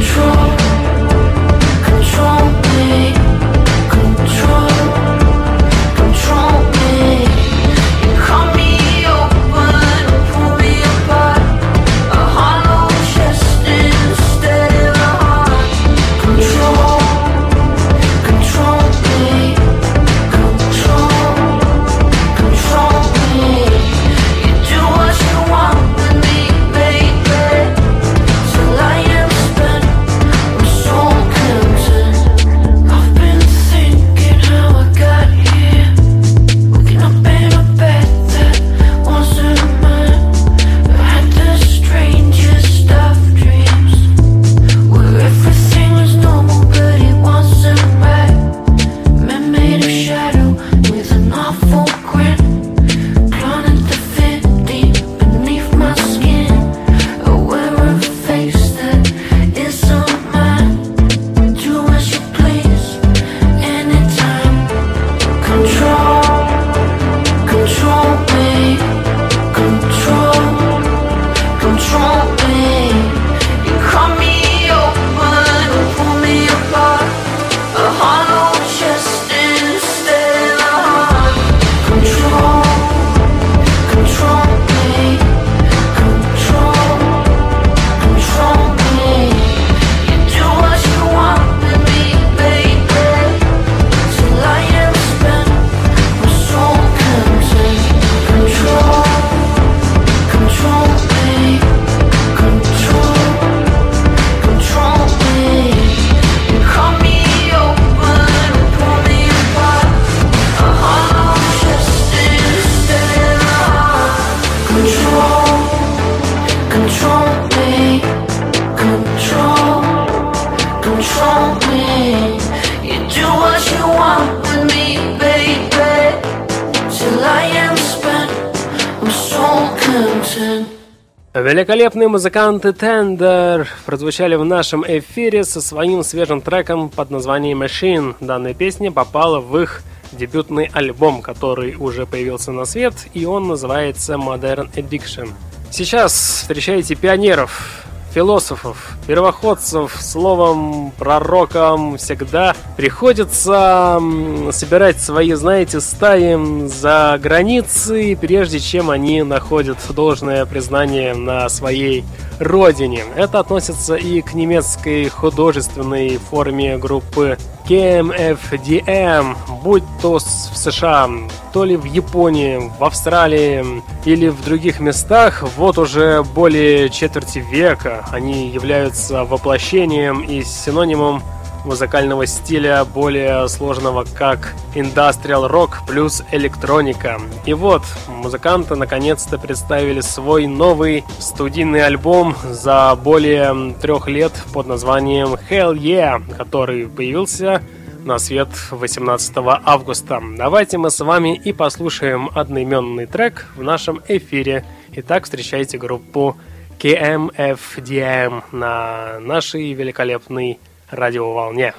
Великолепные музыканты Tender прозвучали в нашем эфире со своим свежим треком под названием Machine. Данная песня попала в их дебютный альбом, который уже появился на свет, и он называется Modern Addiction. Сейчас встречаете пионеров, философов, первоходцев, словом, пророкам всегда приходится собирать свои, знаете, стаи за границей, прежде чем они находят должное признание на своей родине. Это относится и к немецкой художественной форме группы кей эм эф ди эм, будь то в США, то ли в Японии, в Австралии или в других местах. Вот уже более четверти века они являются воплощением и синонимом музыкального стиля более сложного, как индастриал рок плюс электроника. И вот музыканты наконец-то представили свой новый студийный альбом за более трех лет под названием Hell Yeah, который появился на свет восемнадцатого августа. Давайте мы с вами и послушаем одноименный трек в нашем эфире. Итак, встречайте группу кей эм эф ди эм на нашей великолепной радиоволне.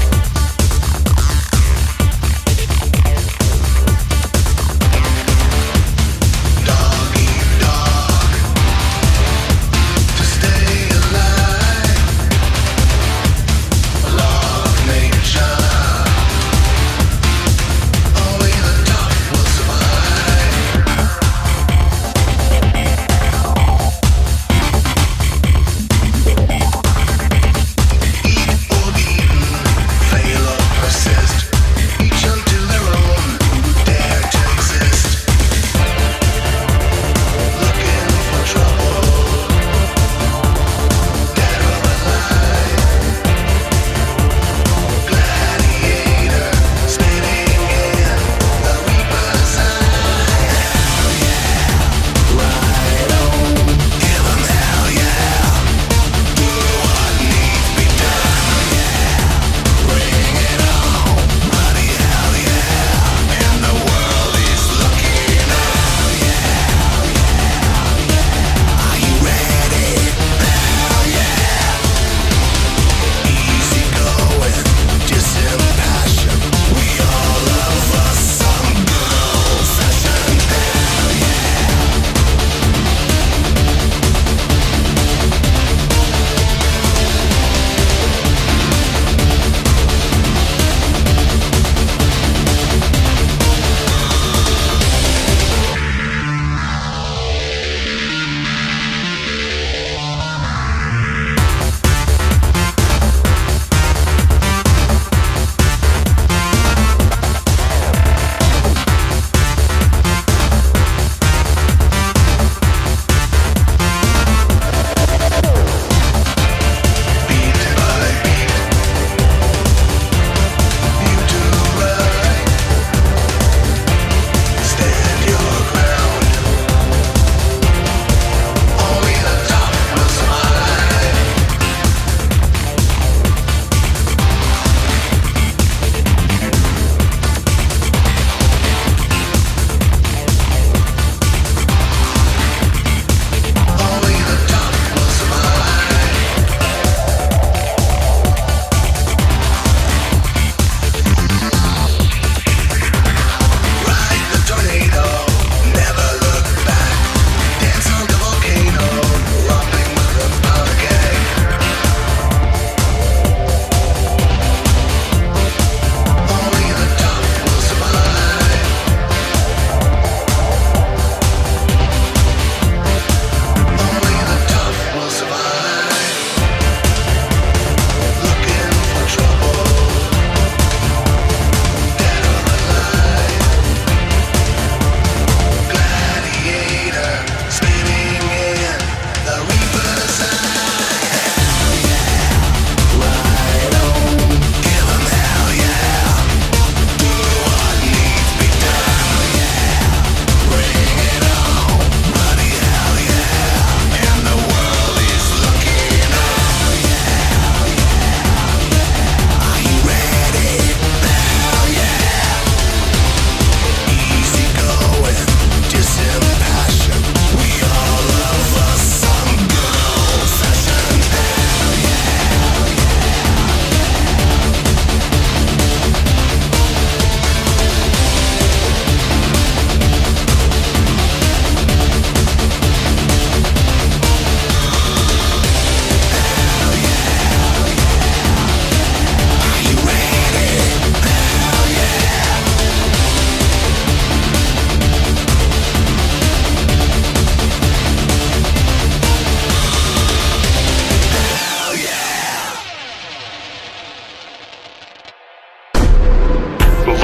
We'll be right back.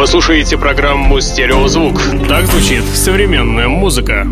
Вы слушаете программу «Стереозвук». Так звучит современная музыка.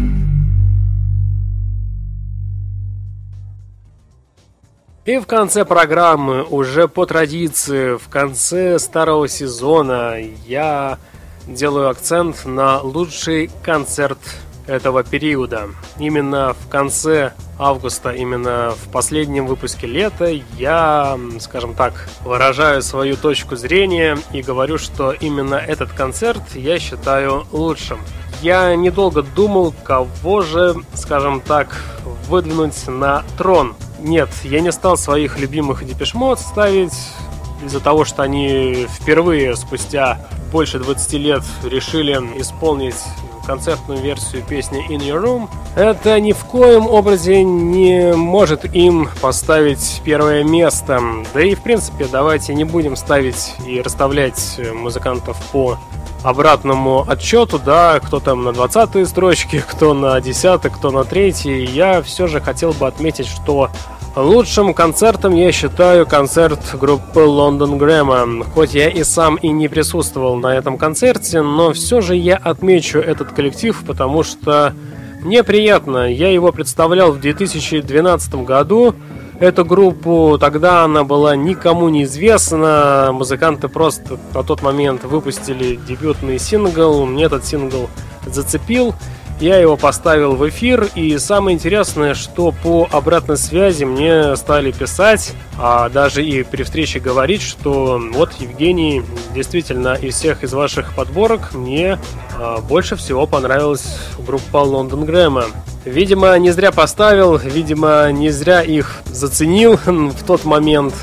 И в конце программы, уже по традиции, в конце старого сезона, я делаю акцент на лучший концерт этого периода. Именно в конце августа, именно в последнем выпуске лета я, скажем так, выражаю свою точку зрения и говорю, что именно этот концерт я считаю лучшим. Я недолго думал, кого же, скажем так, выдвинуть на трон. Нет, я не стал своих любимых Depeche Mode ставить из-за того, что они впервые спустя больше двадцати лет решили исполнить концертную версию песни In Your Room. Это ни в коем образе не может им поставить первое место. Да и в принципе давайте не будем ставить и расставлять музыкантов по обратному отчету, да, кто там на двадцатой строчке, кто на десятой, кто на третьей. Я все же хотел бы отметить, что лучшим концертом я считаю концерт группы London Grammar. Хоть я и сам и не присутствовал на этом концерте, но все же я отмечу этот коллектив, потому что мне приятно. Я его представлял в две тысячи двенадцатом году. Эту группу, тогда она была никому не известна. Музыканты просто на тот момент выпустили дебютный сингл. Мне этот сингл зацепил. Я его поставил в эфир, и самое интересное, что по обратной связи мне стали писать, а даже и при встрече говорить, что вот, Евгений, действительно, из всех из ваших подборок мне а, больше всего понравилась группа London Grammar. Видимо, не зря поставил, видимо, не зря их заценил в тот момент.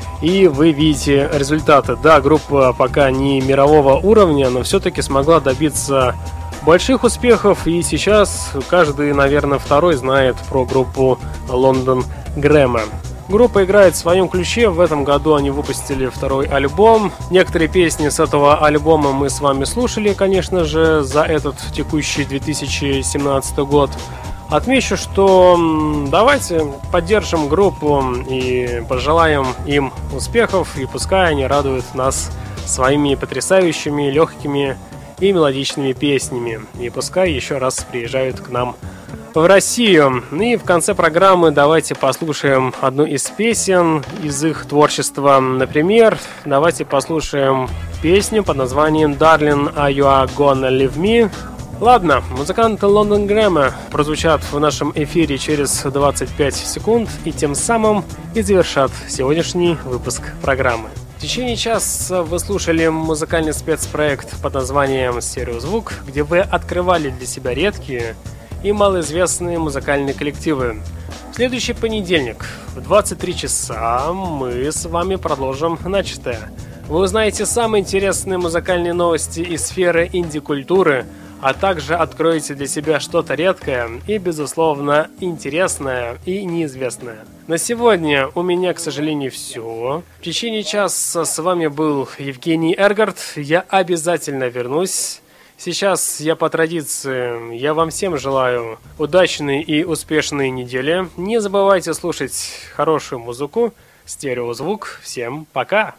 И вы видите результаты. Да, группа пока не мирового уровня, но все-таки смогла добиться больших успехов, и сейчас каждый, наверное, второй знает про группу London Grammar. Группа играет в своем ключе, в этом году они выпустили второй альбом. Некоторые песни с этого альбома мы с вами слушали, конечно же, за этот текущий две тысячи семнадцатый год. Отмечу, что давайте поддержим группу и пожелаем им успехов, и пускай они радуют нас своими потрясающими, легкими и мелодичными песнями. И пускай еще раз приезжают к нам в Россию. И в конце программы давайте послушаем одну из песен из их творчества. Например, давайте послушаем песню под названием Darling, Are You Gonna Leave Me? Ладно, музыканты London Grammar прозвучат в нашем эфире через двадцать пять секунд и тем самым и завершат сегодняшний выпуск программы. В течение часа вы слушали музыкальный спецпроект под названием «Стереозвук», где вы открывали для себя редкие и малоизвестные музыкальные коллективы. В следующий понедельник в двадцать три часа мы с вами продолжим начатое. Вы узнаете самые интересные музыкальные новости из сферы инди-культуры, а также откроете для себя что-то редкое и, безусловно, интересное и неизвестное. На сегодня у меня, к сожалению, все. В течение часа с вами был Евгений Эргард. Я обязательно вернусь. Сейчас я по традиции, я вам всем желаю удачной и успешной недели. Не забывайте слушать хорошую музыку, стереозвук. Всем пока!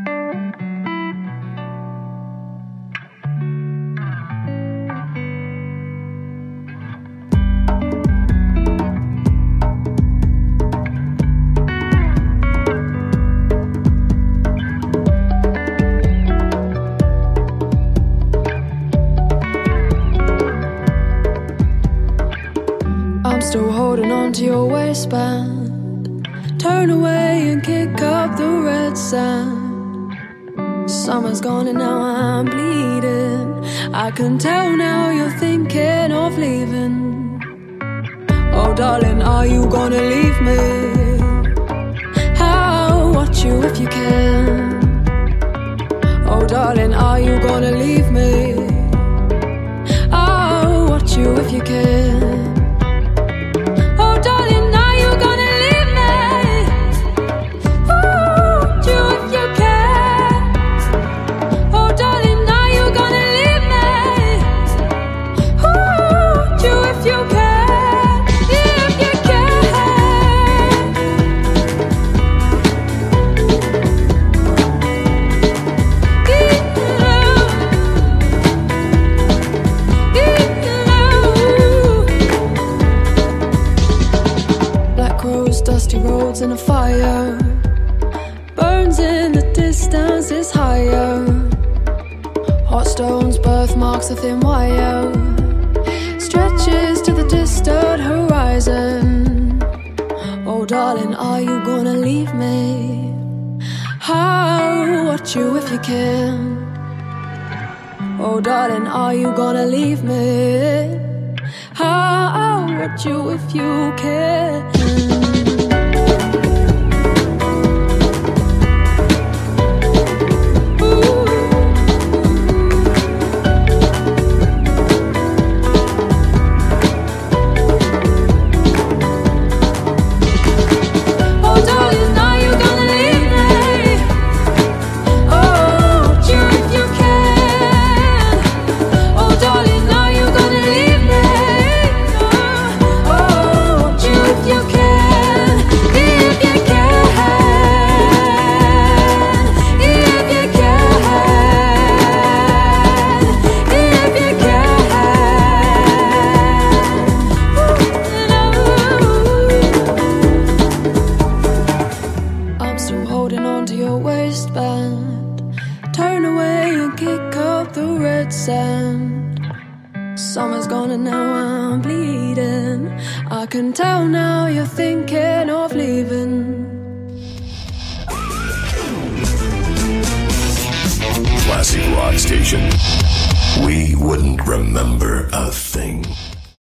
Still holding on to your waistband. Turn away and kick up the red sand. Summer's gone and now I'm bleeding. I can tell now you're thinking of leaving. Oh darling, are you gonna leave me? I'll watch you if you can. Oh darling, are you gonna leave me? I'll watch you if you can. clouds and a fire burns in the distance is higher. Hot stones, birthmarks, a thin wire stretches to the distant horizon. Oh darling, are you gonna leave me? I'll watch you if you can. Oh darling, are you gonna leave me? I'll watch you if you can. Summer's gone and now I'm bleeding. I can tell now you're thinking of leaving. Classic rock station. We wouldn't remember a thing.